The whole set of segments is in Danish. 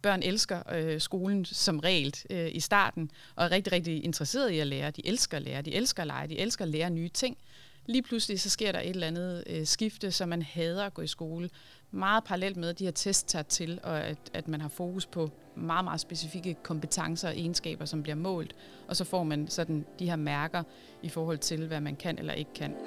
børn elsker skolen som regel i starten, og er rigtig, rigtig interesserede i at lære. De elsker at lære, de elsker at lege, de elsker at lære nye ting. Lige pludselig så sker der et eller andet skifte, så man hader at gå i skole. Meget parallelt med, at de her tests tager til, og at man har fokus på meget, meget specifikke kompetencer og egenskaber, som bliver målt. Og så får man sådan de her mærker i forhold til, hvad man kan eller ikke kan.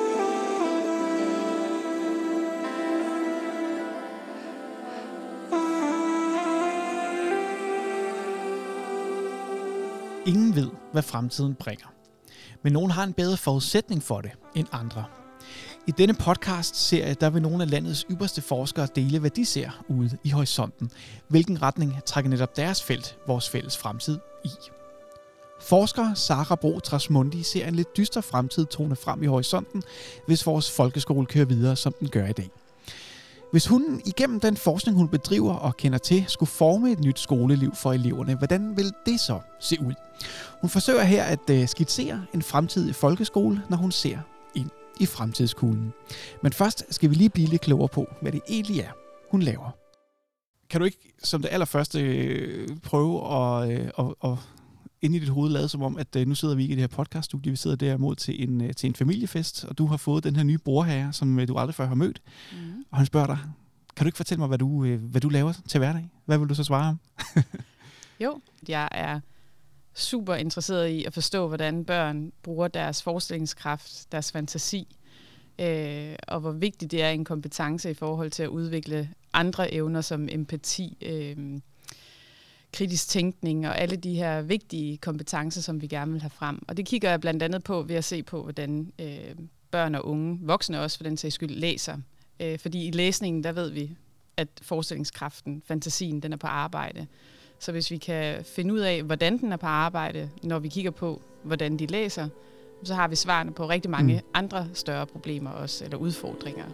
Ingen ved, hvad fremtiden bringer. Men nogen har en bedre forudsætning for det end andre. I denne podcast-serie, der vil nogle af landets ypperste forskere dele, hvad de ser ude i horisonten. Hvilken retning trækker netop deres felt, vores fælles fremtid, i. Forsker Sara Bro Trasmundi ser en lidt dyster fremtid tone frem i horisonten, hvis vores folkeskole kører videre, som den gør i dag. Hvis hun igennem den forskning, hun bedriver og kender til, skulle forme et nyt skoleliv for eleverne, hvordan vil det så se ud? Hun forsøger her at skitsere en fremtidig folkeskole, når hun ser ind i fremtidskuglen. Men først skal vi lige blive lidt klogere på, hvad det egentlig er, hun laver. Kan du ikke som det allerførste prøve at inde i dit hoved lade som om, at nu sidder vi ikke i det her podcaststudie, vi sidder derimod til en familiefest, og du har fået den her nye bordherre, som du aldrig før har mødt. Og han spørger dig, kan du ikke fortælle mig, hvad du laver til hverdag? Hvad vil du så svare ham? Jo, jeg er super interesseret i at forstå, hvordan børn bruger deres forestillingskraft, deres fantasi, og hvor vigtigt det er en kompetence i forhold til at udvikle andre evner som empati, kritisk tænkning og alle de her vigtige kompetencer, som vi gerne vil have frem. Og det kigger jeg blandt andet på ved at se på, hvordan børn og unge, voksne også for den sags skyld, læser. Fordi i læsningen, der ved vi, at forestillingskraften, fantasien, den er på arbejde. Så hvis vi kan finde ud af, hvordan den er på arbejde, når vi kigger på, hvordan de læser, så har vi svarene på rigtig mange andre større problemer også, eller udfordringer.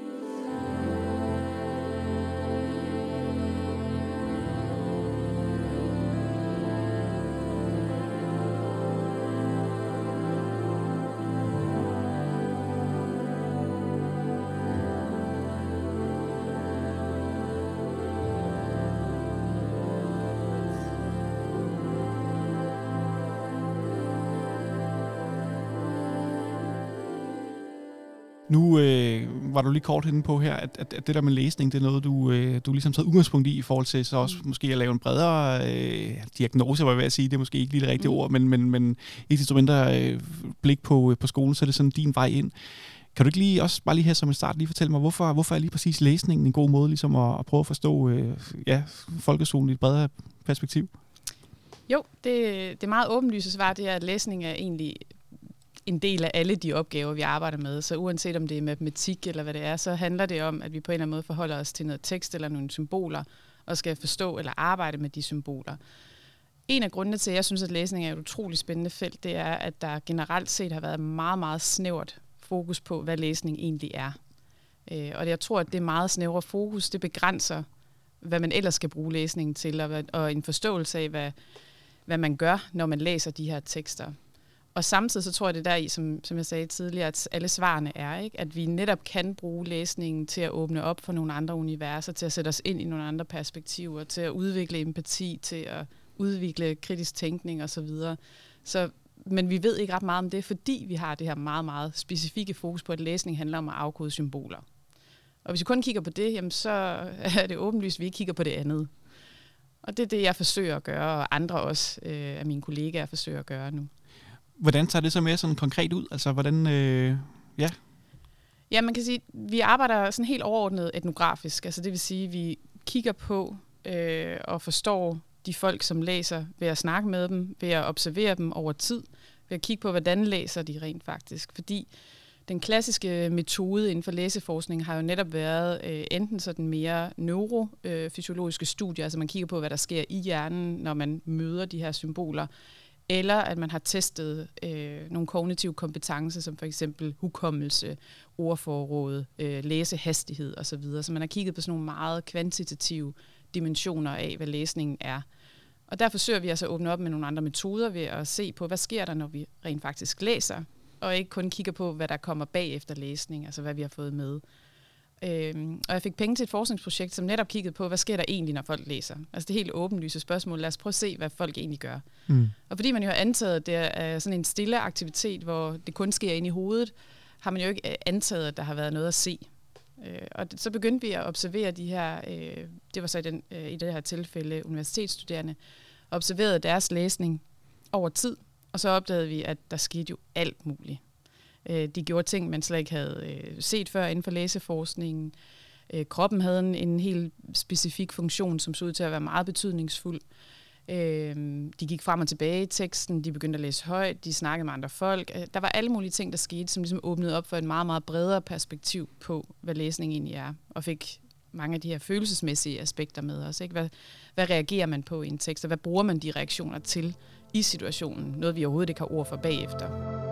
Nu var du lige kort henne på her, at det der med læsning, det er noget, du ligesom taget udgangspunkt i forhold til så også måske at lave en bredere diagnose, var jeg ved at sige. Det er måske ikke lige det rigtige ord, men ikke desto mindre blik på skolen, så er det sådan din vej ind. Kan du ikke lige også bare lige her som en start lige fortælle mig, hvorfor er lige præcis læsningen en god måde ligesom at prøve at forstå folkeskolen i et bredere perspektiv? Jo, det meget åbenlyse svar, det er, at læsning er egentlig en del af alle de opgaver, vi arbejder med. Så uanset om det er matematik eller hvad det er, så handler det om, at vi på en eller anden måde forholder os til noget tekst eller nogle symboler, og skal forstå eller arbejde med de symboler. En af grundene til, at jeg synes, at læsning er et utroligt spændende felt, det er, at der generelt set har været meget, meget snævert fokus på, hvad læsning egentlig er. Og jeg tror, at det meget snævre fokus, det begrænser, hvad man ellers skal bruge læsningen til, og en forståelse af, hvad man gør, når man læser de her tekster. Og samtidig så tror jeg, det er der i, som jeg sagde tidligere, at alle svarene er, ikke? At vi netop kan bruge læsningen til at åbne op for nogle andre universer, til at sætte os ind i nogle andre perspektiver, til at udvikle empati, til at udvikle kritisk tænkning osv. Men vi ved ikke ret meget om det, fordi vi har det her meget, meget specifikke fokus på, at læsning handler om at afkode symboler. Og hvis vi kun kigger på det, jamen så er det åbenlyst, at vi ikke kigger på det andet. Og det er det, jeg forsøger at gøre, og andre også af mine kollegaer forsøger at gøre nu. Hvordan tager det så mere sådan konkret ud? Altså, hvordan, Ja, man kan sige, at vi arbejder sådan helt overordnet etnografisk. Altså, det vil sige, at vi kigger på og forstår de folk, som læser, ved at snakke med dem, ved at observere dem over tid, ved at kigge på, hvordan læser de rent faktisk. Fordi den klassiske metode inden for læseforskning har jo netop været enten sådan mere neurofysiologiske studier, altså man kigger på, hvad der sker i hjernen, når man møder de her symboler, eller at man har testet nogle kognitive kompetencer, som for eksempel hukommelse, ordforråd, læsehastighed osv. Så man har kigget på sådan nogle meget kvantitative dimensioner af, hvad læsningen er. Og der forsøger vi altså at åbne op med nogle andre metoder ved at se på, hvad sker der, når vi rent faktisk læser, og ikke kun kigger på, hvad der kommer bag efter læsning, altså hvad vi har fået med. Og jeg fik penge til et forskningsprojekt, som netop kiggede på, hvad sker der egentlig, når folk læser? Altså det helt åbenlyse spørgsmål. Lad os prøve at se, hvad folk egentlig gør. Og fordi man jo har antaget, at det er sådan en stille aktivitet, hvor det kun sker inde i hovedet, har man jo ikke antaget, at der har været noget at se. Og så begyndte vi at observere de her, det var så i det her tilfælde universitetsstuderende, observerede deres læsning over tid, og så opdagede vi, at der skete jo alt muligt. De gjorde ting, man slet ikke havde set før inden for læseforskningen. Kroppen havde en helt specifik funktion, som så ud til at være meget betydningsfuld. De gik frem og tilbage i teksten, de begyndte at læse højt, de snakkede med andre folk. Der var alle mulige ting, der skete, som ligesom åbnede op for et meget, meget bredere perspektiv på, hvad læsning egentlig er, og fik mange af de her følelsesmæssige aspekter med os. Ikke? Hvad reagerer man på i en tekst, og hvad bruger man de reaktioner til i situationen? Noget, vi overhovedet ikke har ord for bagefter.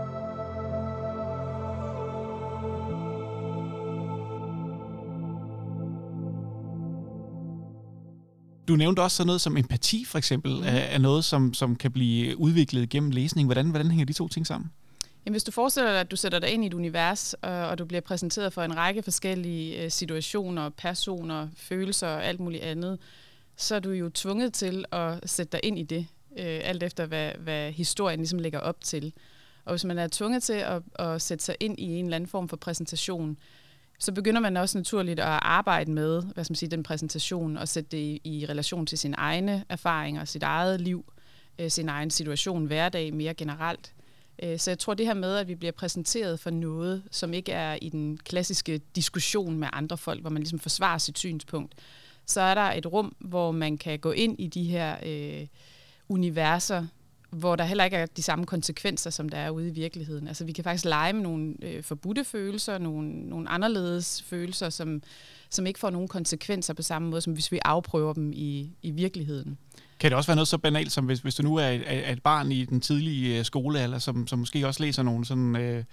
Du nævnte også sådan noget som empati, for eksempel, er noget, som kan blive udviklet gennem læsning. Hvordan hænger de to ting sammen? Jamen, hvis du forestiller dig, at du sætter dig ind i et univers, og du bliver præsenteret for en række forskellige situationer, personer, følelser og alt muligt andet, så er du jo tvunget til at sætte dig ind i det, alt efter hvad historien ligesom lægger op til. Og hvis man er tvunget til at sætte sig ind i en eller anden form for præsentation, så begynder man også naturligt at arbejde med, den præsentation, og sætte det i relation til sine egne erfaringer, sit eget liv, sin egen situation, hverdag mere generelt. Så jeg tror det her med, at vi bliver præsenteret for noget, som ikke er i den klassiske diskussion med andre folk, hvor man ligesom forsvarer sit synspunkt, så er der et rum, hvor man kan gå ind i de her universer, hvor der heller ikke er de samme konsekvenser, som der er ude i virkeligheden. Altså vi kan faktisk lege med nogle forbudte følelser, nogle anderledes følelser, som ikke får nogen konsekvenser på samme måde, som hvis vi afprøver dem i virkeligheden. Kan det også være noget så banalt, som hvis du nu er et barn i den tidlige skolealder, som måske også læser nogle sådan,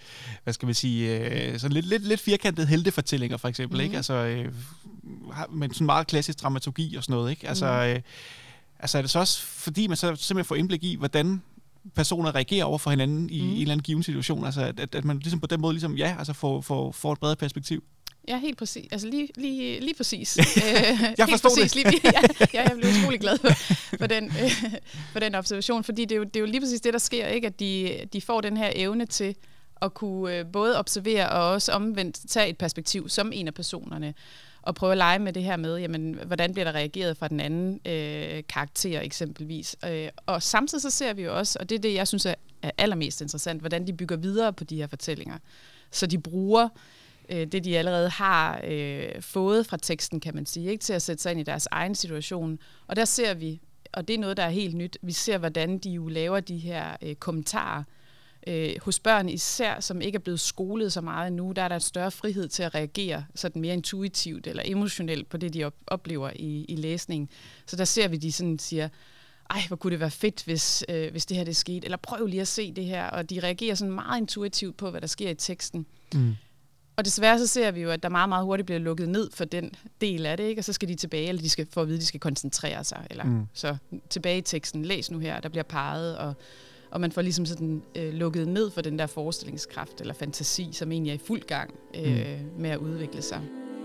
sådan lidt firkantede heltefortællinger, for eksempel, ikke? Altså med sådan meget klassisk dramaturgi og sådan noget, ikke? Altså er det så også, fordi man så simpelthen får indblik i, hvordan personer reagerer over for hinanden i en eller anden given situation, altså at man ligesom på den måde ligesom, får et bredere perspektiv? Ja, helt præcis. Altså lige præcis. Jeg forstår det. Jeg blev utrolig glad for den observation, fordi det er jo lige præcis det, der sker, ikke? At de får den her evne til at kunne både observere og også omvendt tage et perspektiv som en af personerne, og prøve at lege med det her med, jamen, hvordan bliver der reageret fra den anden karakter eksempelvis. Og samtidig så ser vi jo også, og det er det, jeg synes er allermest interessant, hvordan de bygger videre på de her fortællinger. Så de bruger det, de allerede har fået fra teksten, kan man sige, ikke, til at sætte sig ind i deres egen situation. Og der ser vi, og det er noget, der er helt nyt, vi ser, hvordan de jo laver de her kommentarer. Hos børn især, som ikke er blevet skolet så meget endnu, der er der en større frihed til at reagere sådan mere intuitivt eller emotionelt på det, de oplever i læsningen. Så der ser vi, de sådan siger, ej, hvor kunne det være fedt, hvis det her det skete, eller prøv lige at se det her, og de reagerer sådan meget intuitivt på, hvad der sker i teksten. Og desværre så ser vi jo, at der meget, meget hurtigt bliver lukket ned for den del af det, ikke? Og så skal de tilbage, eller de skal få at vide, at de skal koncentrere sig, eller så tilbage i teksten, læs nu her, der bliver peget, og man får ligesom sådan lukket ned for den der forestillingskraft eller fantasi, som egentlig er i fuld gang med at udvikle sig.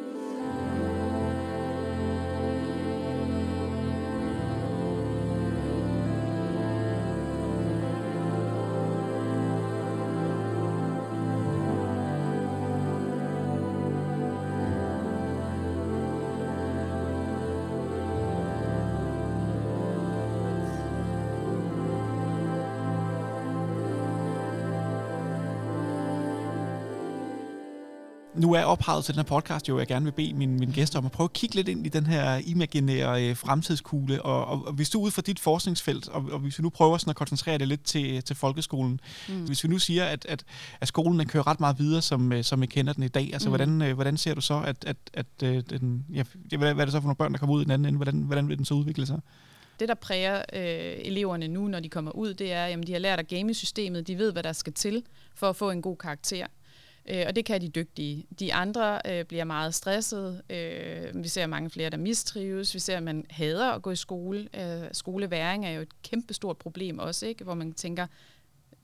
Nu er ophavet til den her podcast jo, jeg gerne vil bede mine gæster om at prøve at kigge lidt ind i den her imaginære fremtidskugle, og hvis du ud fra dit forskningsfelt, og hvis vi nu prøver sådan at koncentrere det lidt til folkeskolen, hvis vi nu siger, at skolen den kører ret meget videre, som vi kender den i dag, altså hvordan ser du så, hvad er det så for nogle børn, der kommer ud i den anden ende, hvordan vil den så udvikle sig? Det, der præger eleverne nu, når de kommer ud, det er, at de har lært at game systemet, de ved, hvad der skal til for at få en god karakter. Og det kan de dygtige. De andre bliver meget stressede. Vi ser mange flere, der mistrives. Vi ser, at man hader at gå i skole. Skoleværing er jo et kæmpestort problem også, ikke? Hvor man tænker,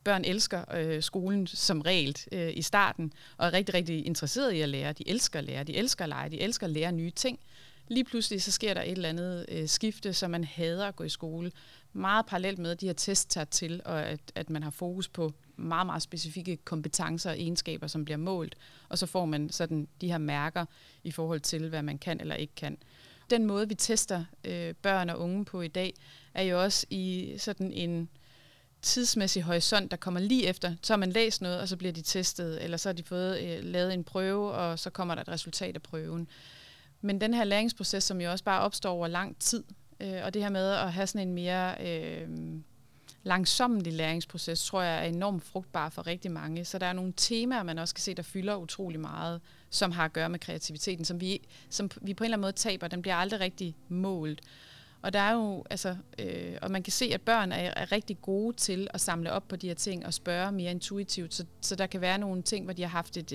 børn elsker skolen som regel i starten, og er rigtig, rigtig interesserede i at lære. De elsker at lære, de elsker at lege, de elsker at lære nye ting. Lige pludselig så sker der et eller andet skifte, så man hader at gå i skole. Meget parallelt med, at de her tests tager til, og at man har fokus på meget, meget specifikke kompetencer og egenskaber, som bliver målt, og så får man sådan de her mærker i forhold til, hvad man kan eller ikke kan. Den måde, vi tester børn og unge på i dag, er jo også i sådan en tidsmæssig horisont, der kommer lige efter. Så har man læst noget, og så bliver de testet, eller så har de fået lavet en prøve, og så kommer der et resultat af prøven. Men den her læringsproces, som jo også bare opstår over lang tid, og det her med at have sådan en mere langsommelig læringsproces, tror jeg er enormt frugtbar for rigtig mange. Så der er nogle temaer, man også kan se, der fylder utrolig meget, som har at gøre med kreativiteten, som vi på en eller anden måde taber. Den bliver aldrig rigtig målt. Og der er jo, og man kan se, at børn er rigtig gode til at samle op på de her ting og spørge mere intuitivt. Så der kan være nogle ting, hvor de har haft et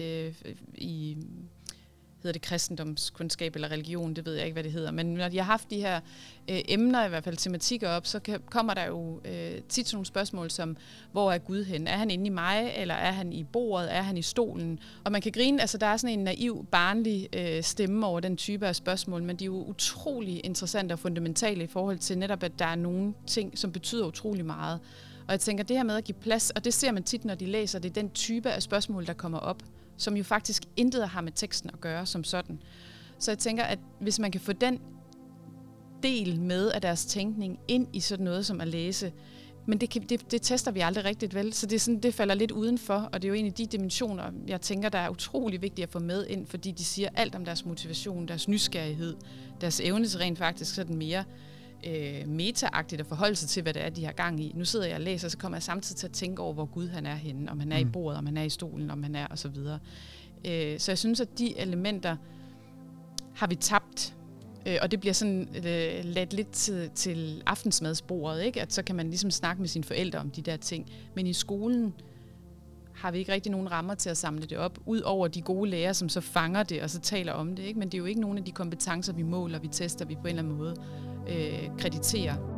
hedder det kristendomskundskab eller religion, det ved jeg ikke, hvad det hedder. Men når de har haft de her emner, i hvert fald tematikker op, så kommer der jo tit nogle spørgsmål som, hvor er Gud hen? Er han inde i mig, eller er han i bordet? Er han i stolen? Og man kan grine, altså der er sådan en naiv, barnlig stemme over den type af spørgsmål, men de er jo utrolig interessante og fundamentale i forhold til netop, at der er nogle ting, som betyder utrolig meget. Og jeg tænker, det her med at give plads, og det ser man tit, når de læser, det er den type af spørgsmål, der kommer op, som jo faktisk intet har med teksten at gøre som sådan. Så jeg tænker, at hvis man kan få den del med af deres tænkning ind i sådan noget som at læse, men det tester vi aldrig rigtigt, vel? Så det falder lidt udenfor, og det er jo en af de dimensioner, jeg tænker, der er utrolig vigtigt at få med ind, fordi de siger alt om deres motivation, deres nysgerrighed, deres evne til rent faktisk sådan mere meta-agtigt at forholde sig til, hvad det er, de har gang i. Nu sidder jeg og læser, så kommer jeg samtidig til at tænke over, hvor Gud han er henne, om han er i bordet, om han er i stolen, om han er, og så videre. Så jeg synes, at de elementer har vi tabt, og det bliver sådan ladt lidt til aftensmadsbordet, ikke? At så kan man ligesom snakke med sine forældre om de der ting. Men i skolen har vi ikke rigtig nogen rammer til at samle det op, ud over de gode lærere, som så fanger det og så taler om det, ikke? Men det er jo ikke nogen af de kompetencer, vi måler, vi tester, vi på en eller anden måde krediterer.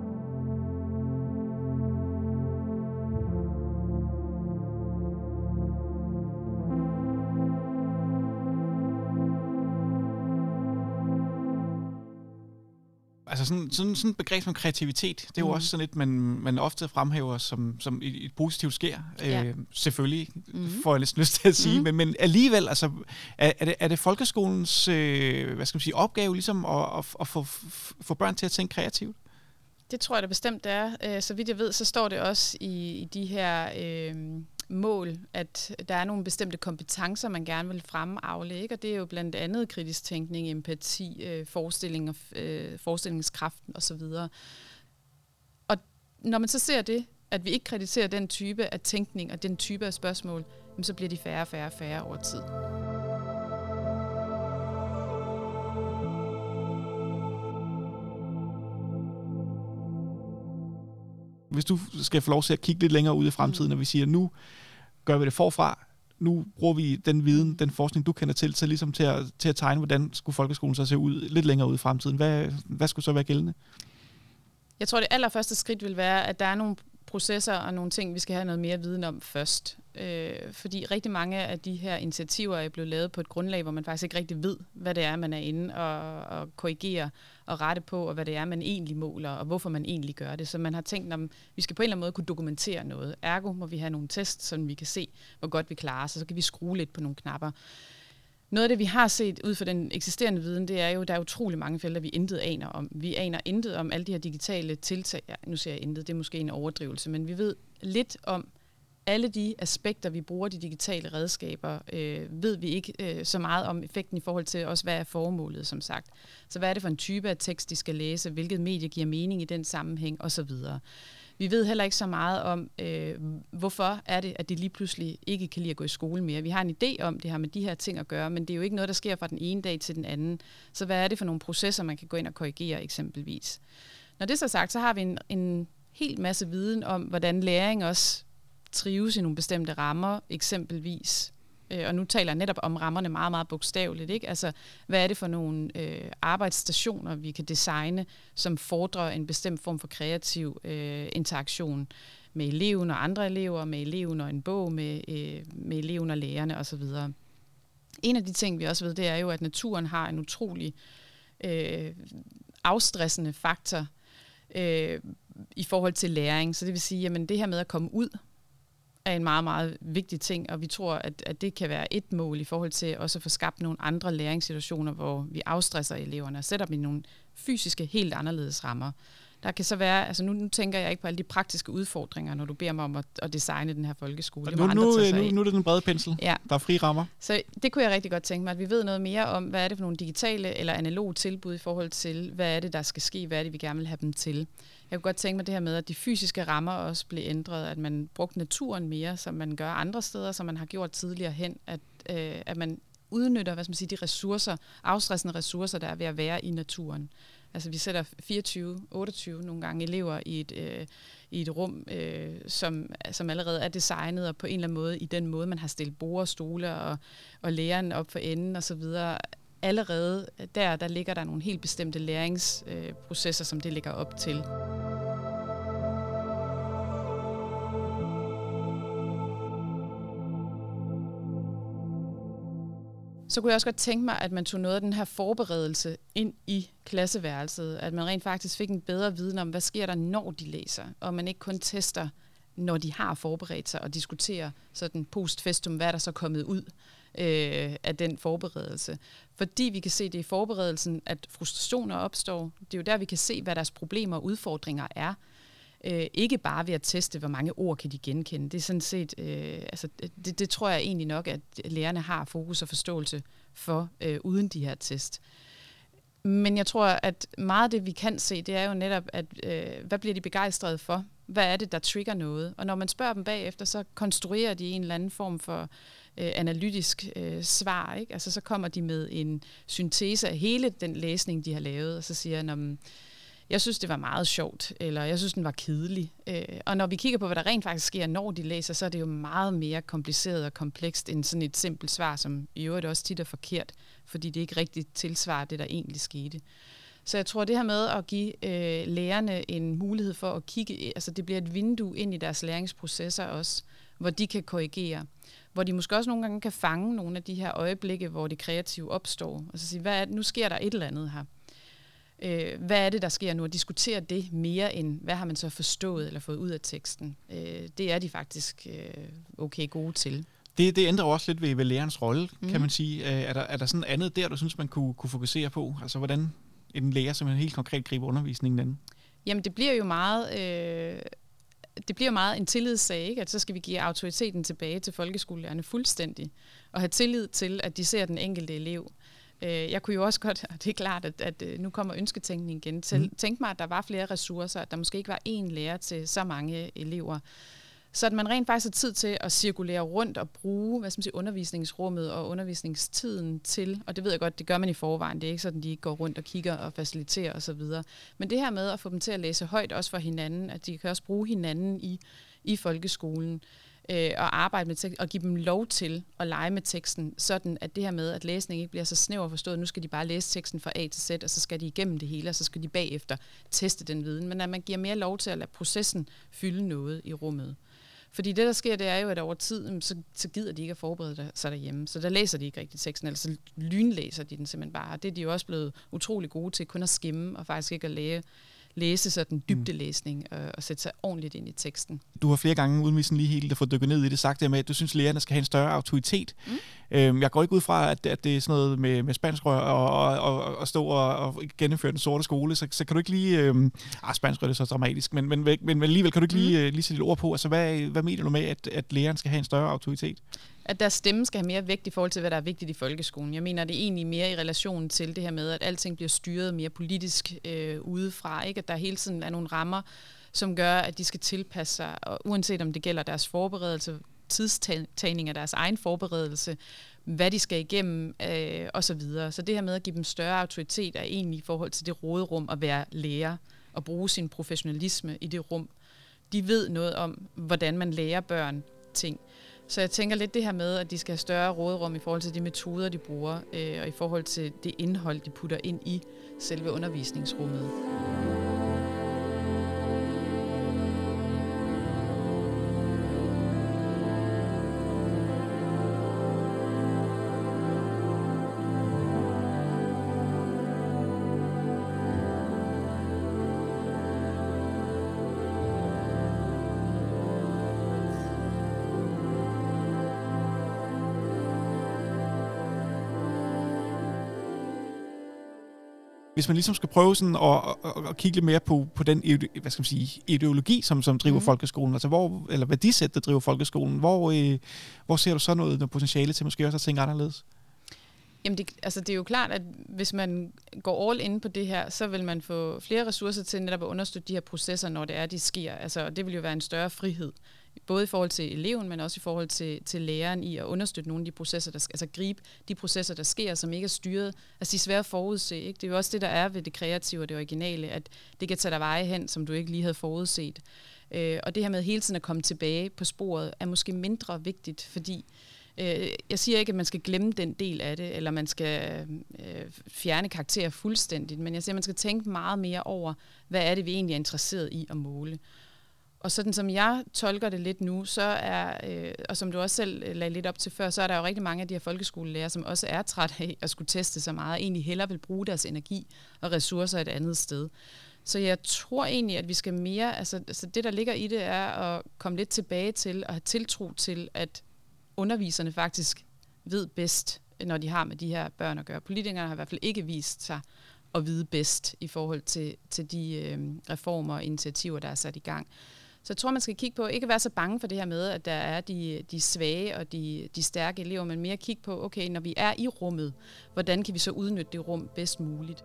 Altså sådan et begreb som kreativitet, det er jo også sådan et, man ofte fremhæver som et positivt skær. Ja. Selvfølgelig, får jeg næsten lyst til at sige, men alligevel, altså, er det folkeskolens opgave ligesom at få børn til at tænke kreativt? Det tror jeg da bestemt er. Så vidt jeg ved, så står det også i de her mål, at der er nogle bestemte kompetencer, man gerne vil fremavle, ikke? Og det er jo blandt andet kritisk tænkning, empati, forestillingskraften osv. Og når man så ser det, at vi ikke krediterer den type af tænkning og den type af spørgsmål, så bliver de færre over tid. Hvis du skal få lov til at kigge lidt længere ud i fremtiden, og vi siger, nu gør vi det forfra, nu bruger vi den viden, den forskning, du kender til ligesom til at tegne, hvordan skulle folkeskolen så se ud lidt længere ud i fremtiden. Hvad skulle så være gældende? Jeg tror, det allerførste skridt vil være, at der er nogle processer og nogle ting, vi skal have noget mere viden om først. Fordi rigtig mange af de her initiativer er blevet lavet på et grundlag, hvor man faktisk ikke rigtig ved, hvad det er, man er inde og korrigere og rette på, og hvad det er, man egentlig måler, og hvorfor man egentlig gør det. Så man har tænkt, at vi skal på en eller anden måde kunne dokumentere noget. Ergo må vi have nogle tests, så vi kan se, hvor godt vi klarer os, så kan vi skrue lidt på nogle knapper. Noget af det, vi har set ud fra den eksisterende viden, det er jo, der er utrolig mange felter, vi intet aner om. Vi aner intet om alle de her digitale tiltag. Ja, nu siger jeg intet, det er måske en overdrivelse, men vi ved lidt om alle de aspekter, vi bruger de digitale redskaber, ved vi ikke så meget om effekten i forhold til også, hvad er formålet, som sagt. Så hvad er det for en type af tekst, de skal læse, hvilket medie giver mening i den sammenhæng, osv. Vi ved heller ikke så meget om, hvorfor er det, at de lige pludselig ikke kan lide at gå i skole mere. Vi har en idé om, det har med de her ting at gøre, men det er jo ikke noget, der sker fra den ene dag til den anden. Så hvad er det for nogle processer, man kan gå ind og korrigere eksempelvis? Når det er så sagt, så har vi en hel masse viden om, hvordan læring også trives i nogle bestemte rammer, eksempelvis. Og nu taler jeg netop om rammerne meget, meget bogstaveligt, ikke? Altså, hvad er det for nogle arbejdsstationer, vi kan designe, som fordrer en bestemt form for kreativ interaktion? eleven og andre elever, med eleven og en bog, med eleven og lærerne osv. En af de ting, vi også ved, det er jo, at naturen har en utrolig afstressende faktor i forhold til læring. Så det vil sige, at det her med at komme ud er en meget, meget vigtig ting, og vi tror, at det kan være et mål i forhold til også at få skabt nogle andre læringssituationer, hvor vi afstresser eleverne og sætter dem i nogle fysiske, helt anderledes rammer. Der kan så være, altså nu tænker jeg ikke på alle de praktiske udfordringer, når du beder mig om at designe den her folkeskole. Nu er det den brede pensel. Ja. Der er fri rammer. Så det kunne jeg rigtig godt tænke mig, at vi ved noget mere om, hvad er det for nogle digitale eller analoge tilbud i forhold til, hvad er det, der skal ske, hvad er det, vi gerne vil have dem til. Jeg kunne godt tænke mig det her med, at de fysiske rammer også blev ændret, at man brugte naturen mere, som man gør andre steder, som man har gjort tidligere hen, at man udnytter, de ressourcer, afstressende ressourcer, der er ved at være i naturen. Altså vi sætter 24-28 nogle gange elever i et rum, som allerede er designet, og på en eller anden måde, i den måde, man har stillet borde og stole og læreren op for enden og så videre. Allerede der ligger der nogle helt bestemte læringsprocesser, som det ligger op til. Så kunne jeg også godt tænke mig, at man tog noget af den her forberedelse ind i klasseværelset, at man rent faktisk fik en bedre viden om, hvad sker der, når de læser, og man ikke kun tester, når de har forberedt sig, og diskuterer sådan post festum, hvad er der så kommet ud af den forberedelse. Fordi vi kan se det i forberedelsen, at frustrationer opstår. Det er jo der, vi kan se, hvad deres problemer og udfordringer er. Ikke bare ved at teste, hvor mange ord kan de genkende. Det er sådan set, det tror jeg egentlig nok, at lærerne har fokus og forståelse for uden de her test. Men jeg tror, at meget af det, vi kan se, det er jo netop, at hvad bliver de begejstrede for? Hvad er det, der trigger noget? Og når man spørger dem bagefter, så konstruerer de en eller anden form for analytisk svar. Ikke? Altså så kommer de med en syntese af hele den læsning, de har lavet, og så siger jeg synes, det var meget sjovt, eller jeg synes, den var kedelig. Og når vi kigger på, hvad der rent faktisk sker, når de læser, så er det jo meget mere kompliceret og komplekst end sådan et simpelt svar, som i øvrigt også tit er forkert, fordi det ikke rigtigt tilsvarer det, der egentlig skete. Så jeg tror, det her med at give lærerne en mulighed for at kigge, altså det bliver et vindue ind i deres læringsprocesser også, hvor de kan korrigere. Hvor de måske også nogle gange kan fange nogle af de her øjeblikke, hvor det kreative opstår. Og så sige, nu sker der et eller andet her. Hvad er det, der sker nu? At diskutere det mere end, hvad har man så forstået eller fået ud af teksten? Det er de faktisk okay gode til. Det ændrer også lidt ved lærerens rolle, kan man sige. Er der sådan andet der, du synes, man kunne fokusere på? Altså, hvordan en lærer, som helt konkret griber undervisningen an? Jamen, det bliver jo meget en tillidssag, ikke? At så skal vi give autoriteten tilbage til folkeskolelærerne fuldstændig, og have tillid til, at de ser den enkelte elev. Jeg kunne jo også godt, og det er klart, at nu kommer ønsketænkning igen, tænk mig, at der var flere ressourcer, at der måske ikke var én lærer til så mange elever, så at man rent faktisk har tid til at cirkulere rundt og bruge undervisningsrummet og undervisningstiden til, og det ved jeg godt, det gør man i forvejen, det er ikke sådan, de går rundt og kigger og faciliterer osv., men det her med at få dem til at læse højt også for hinanden, at de kan også bruge hinanden i folkeskolen, og arbejde med tekst, og give dem lov til at lege med teksten, sådan at det her med, at læsning ikke bliver så snæver forstået, nu skal de bare læse teksten fra A til Z, og så skal de igennem det hele, og så skal de bagefter teste den viden, men at man giver mere lov til at lade processen fylde noget i rummet. Fordi det, der sker, det er jo, at over tid, så gider de ikke at forberede sig derhjemme, så der læser de ikke rigtig teksten, eller så lynlæser de den simpelthen bare, og det er de jo også blevet utrolig gode til, kun at skimme, og faktisk ikke at læse sådan dybdelæsning og sætte sig ordentligt ind i teksten. Du har flere gange, uden vi sådan lige helt at få dykket ned i det, sagt det med, at du synes, at lærerne skal have en større autoritet. Jeg går ikke ud fra, at det er sådan noget med spanskrør og stå og gennemføre den sorte skole, så kan du ikke lige... spanskrør er så dramatisk, men alligevel kan du ikke lige sætte et ord på. Altså, hvad mener du med, at læreren skal have en større autoritet? At deres stemme skal have mere vægt i forhold til, hvad der er vigtigt i folkeskolen. Jeg mener, det er egentlig mere i relation til det her med, at alting bliver styret mere politisk udefra. Ikke? At der hele tiden er nogle rammer, som gør, at de skal tilpasse sig, og uanset om det gælder deres forberedelse, tidstagning af deres egen forberedelse, hvad de skal igennem, osv. Så det her med at give dem større autoritet er egentlig i forhold til det råderum at være lærer og bruge sin professionalisme i det rum. De ved noget om, hvordan man lærer børn ting. Så jeg tænker lidt det her med, at de skal have større råderum i forhold til de metoder, de bruger, og i forhold til det indhold, de putter ind i selve undervisningsrummet. hvis man ligesom skal prøve sådan at kigge lidt mere på den ideologi, som driver folkeskolen, altså eller værdisæt, der driver folkeskolen, hvor ser du så noget potentiale til måske også at tænke anderledes? Jamen det er jo klart, at hvis man går all in på det her, så vil man få flere ressourcer til netop at understøtte de her processer, når det er, de sker. Altså, det vil jo være en større frihed, både i forhold til eleven, men også i forhold til læreren i at understøtte nogle af de processer, altså gribe de processer, der sker, som ikke er styret. Altså, de er svære at forudse, ikke? Det er jo også det, der er ved det kreative og det originale, at det kan tage dig veje hen, som du ikke lige havde forudset. Og det her med hele tiden at komme tilbage på sporet, er måske mindre vigtigt, fordi jeg siger ikke, at man skal glemme den del af det, eller man skal fjerne karakterer fuldstændigt, men jeg siger, at man skal tænke meget mere over, hvad er det, vi egentlig er interesseret i at måle. Og sådan som jeg tolker det lidt nu, så og som du også selv lagde lidt op til før, så er der jo rigtig mange af de her folkeskolelærere, som også er træt af at skulle teste så meget, og egentlig hellere vil bruge deres energi og ressourcer et andet sted. Så jeg tror egentlig, at vi skal mere, altså det, der ligger i det, er at komme lidt tilbage til og have tiltro til, at underviserne faktisk ved bedst, når de har med de her børn at gøre. Politikerne har i hvert fald ikke vist sig at vide bedst i forhold til de reformer og initiativer, der er sat i gang. Så jeg tror, man skal kigge på, ikke være så bange for det her med, at der er de svage og de stærke elever, men mere kigge på, okay, når vi er i rummet, hvordan kan vi så udnytte det rum bedst muligt?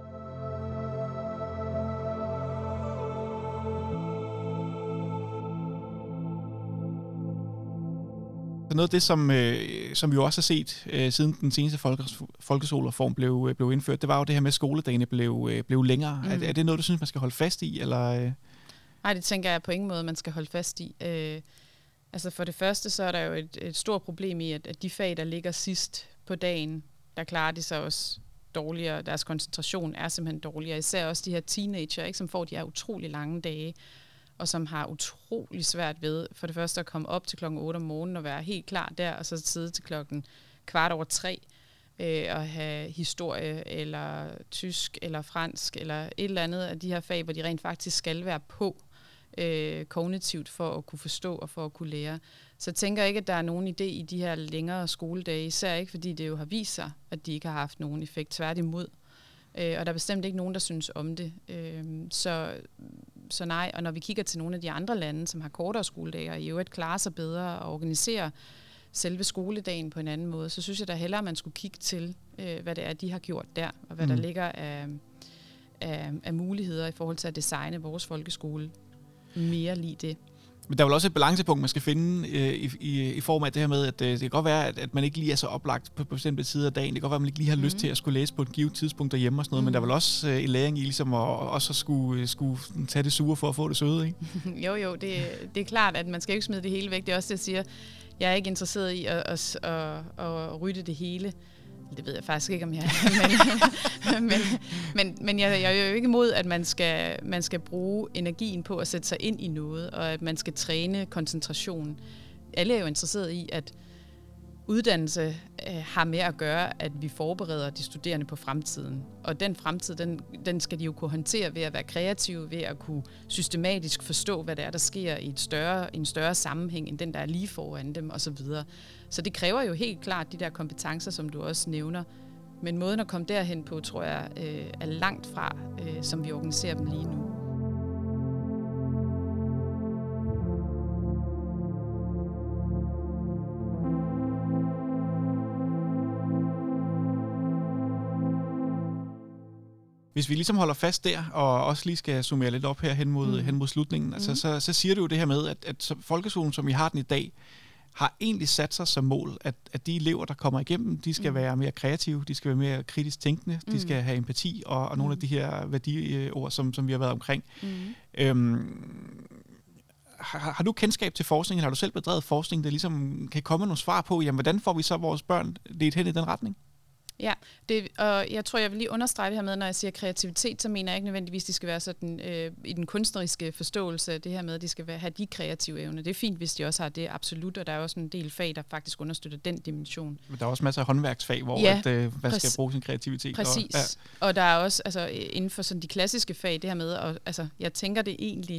Noget af det, som vi jo også har set siden den seneste folkeskolereform blev indført, det var jo det her med, at skoledagene blev længere. Er det noget, du synes, man skal holde fast i? Eller? Nej, det tænker jeg på ingen måde, man skal holde fast i. Altså for det første, så er der jo et stort problem i, at de fag, der ligger sidst på dagen, der klarer de sig også dårligere. Deres koncentration er simpelthen dårligere. Især også de her teenager, ikke, som får de her utrolig lange dage, og som har utrolig svært ved, for det første at komme op til 8:00 om morgenen og være helt klar der, og så sidde til 3:15 og have historie, eller tysk, eller fransk, eller et eller andet af de her fag, hvor de rent faktisk skal være på kognitivt for at kunne forstå og for at kunne lære. Så jeg tænker ikke, at der er nogen idé i de her længere skoledage, især ikke, fordi det jo har vist sig, at de ikke har haft nogen effekt, tværtimod. Og der er bestemt ikke nogen, der synes om det. Så nej, og når vi kigger til nogle af de andre lande, som har kortere skoledage, og i øvrigt klarer sig bedre og organiserer selve skoledagen på en anden måde, så synes jeg da hellere, at man skulle kigge til, hvad det er, de har gjort der, og hvad der ligger af muligheder i forhold til at designe vores folkeskole mere lige det. Men der er vel også et balancepunkt, man skal finde i form af det her med, at det kan godt være, at man ikke lige er så oplagt på bestemte tider af dagen. Det kan godt være, at man ikke lige har lyst til at skulle læse på et givet tidspunkt derhjemme og sådan noget, men der er vel også en læring i ligesom at skulle tage det sure for at få det søde, ikke? Jo, det er klart, at man skal ikke smide det hele væk. Det er også det, jeg siger. Jeg er ikke interesseret i at rydde det hele. Det ved jeg faktisk ikke, om jeg er. Men jeg er jo ikke imod, at man skal bruge energien på at sætte sig ind i noget, og at man skal træne koncentration. Alle er jo interesseret i, at uddannelse har med at gøre, at vi forbereder de studerende på fremtiden. Og den fremtid, den skal de jo kunne håndtere ved at være kreative, ved at kunne systematisk forstå, hvad det er, der sker i en større sammenhæng, end den, der er lige foran dem, osv. Så det kræver jo helt klart de der kompetencer, som du også nævner. Men måden at komme derhen på, tror jeg, er langt fra, som vi organiserer dem lige nu. Hvis vi ligesom holder fast der, og også lige skal summere lidt op her hen mod slutningen, altså, så siger du jo det her med, at folkeskolen, som vi har den i dag, har egentlig sat sig som mål, at de elever, der kommer igennem, de skal være mere kreative, de skal være mere kritisk tænkende, de skal have empati og nogle af de her værdiord, som vi har været omkring. Har du kendskab til forskningen? Har du selv bedrevet forskning, der ligesom kan komme nogle svar på, jamen, hvordan får vi så vores børn ledt hen i den retning? Ja, og jeg tror, jeg vil lige understrege det her med, når jeg siger kreativitet, så mener jeg ikke nødvendigvis, at de skal være sådan i den kunstneriske forståelse, det her med, at de skal have de kreative evner. Det er fint, hvis de også har det, absolut, og der er også en del fag, der faktisk understøtter den dimension. Men der er også masser af håndværksfag, hvor man skal bruge sin kreativitet. Præcis, og der er også inden for sådan de klassiske fag, det her med, jeg tænker det egentlig,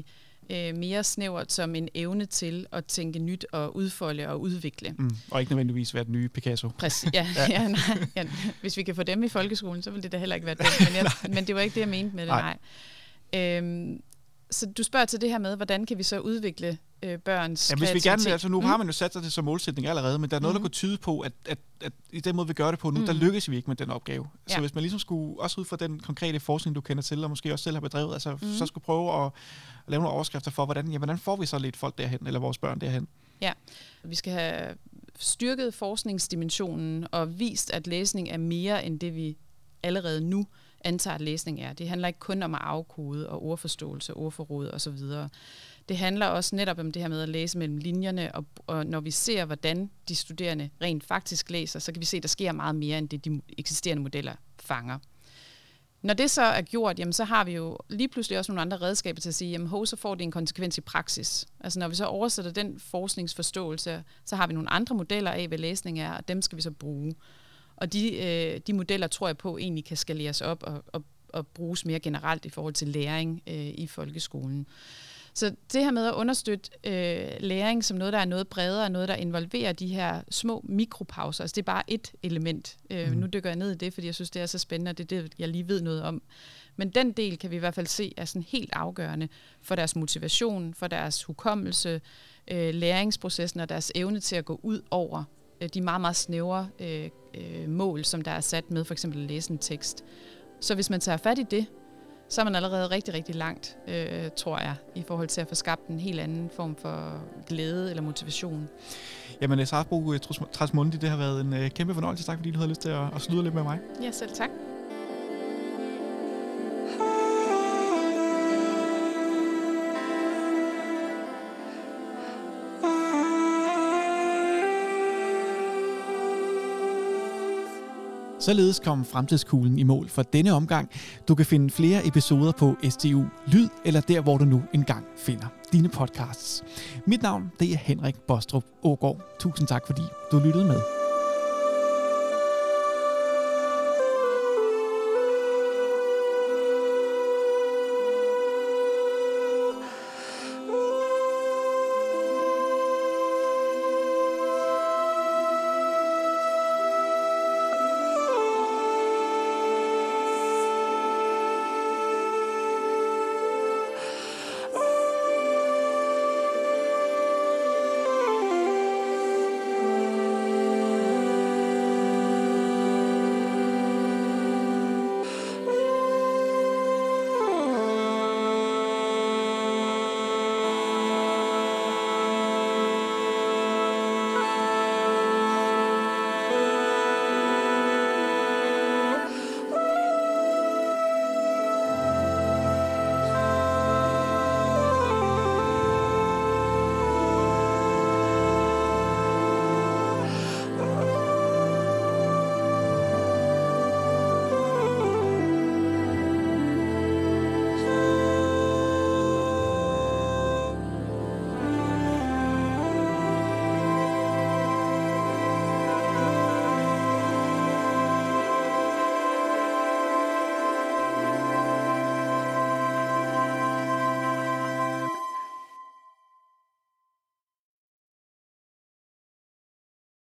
mere snævert som en evne til at tænke nyt og udfolde og udvikle. Og ikke nødvendigvis være den nye Picasso. Præcis, ja. Hvis vi kan få dem i folkeskolen, så vil det da heller ikke være det. Men det var ikke det, jeg mente med det, nej. Så du spørger til det her med, hvordan kan vi så udvikle børns kreativitet? Hvis vi gerne, altså nu har man jo sat sig det som målsætning allerede, men der er noget, der går tyde på, at i den måde, vi gør det på nu, der lykkes vi ikke med den opgave. Så hvis man ligesom skulle, også ud fra den konkrete forskning, du kender til, og måske også selv har bedrevet, altså så skulle prøve at lave nogle overskrifter for, hvordan får vi så lidt folk derhen, eller vores børn derhen? Ja, vi skal have styrket forskningsdimensionen og vist, at læsning er mere end det, vi allerede nu antager, at læsning er. Det handler ikke kun om at afkode og ordforståelse, ordforråd osv. Det handler også netop om det her med at læse mellem linjerne, og når vi ser, hvordan de studerende rent faktisk læser, så kan vi se, at der sker meget mere, end det de eksisterende modeller fanger. Når det så er gjort, jamen, så har vi jo lige pludselig også nogle andre redskaber til at sige, jamen så får det en konsekvens i praksis. Altså når vi så oversætter den forskningsforståelse, så har vi nogle andre modeller af, hvad læsning er, og dem skal vi så bruge. Og de modeller tror jeg på egentlig kan skaleres op og bruges mere generelt i forhold til læring i folkeskolen. Så det her med at understøtte læring som noget, der er noget bredere, noget, der involverer de her små mikropauser, altså det er bare et element. Nu dykker jeg ned i det, fordi jeg synes, det er så spændende, og det er det, jeg lige ved noget om. Men den del kan vi i hvert fald se er sådan helt afgørende for deres motivation, for deres hukommelse, læringsprocessen og deres evne til at gå ud over de meget, meget snævre mål, som der er sat med for eksempel at læse en tekst. Så hvis man tager fat i det, så er man allerede rigtig, rigtig langt, tror jeg, i forhold til at få skabt en helt anden form for glæde eller motivation. Jamen, Sara Bro Trasmundi, det har været en kæmpe fornøjelse. Tak, fordi du havde lyst til at sludre lidt med mig. Ja, selv tak. Således kom Fremtidskuglen i mål for denne omgang. Du kan finde flere episoder på STU Lyd, eller der, hvor du nu engang finder dine podcasts. Mit navn, det er Henrik Bostrup Aagaard. Tusind tak, fordi du lyttede med.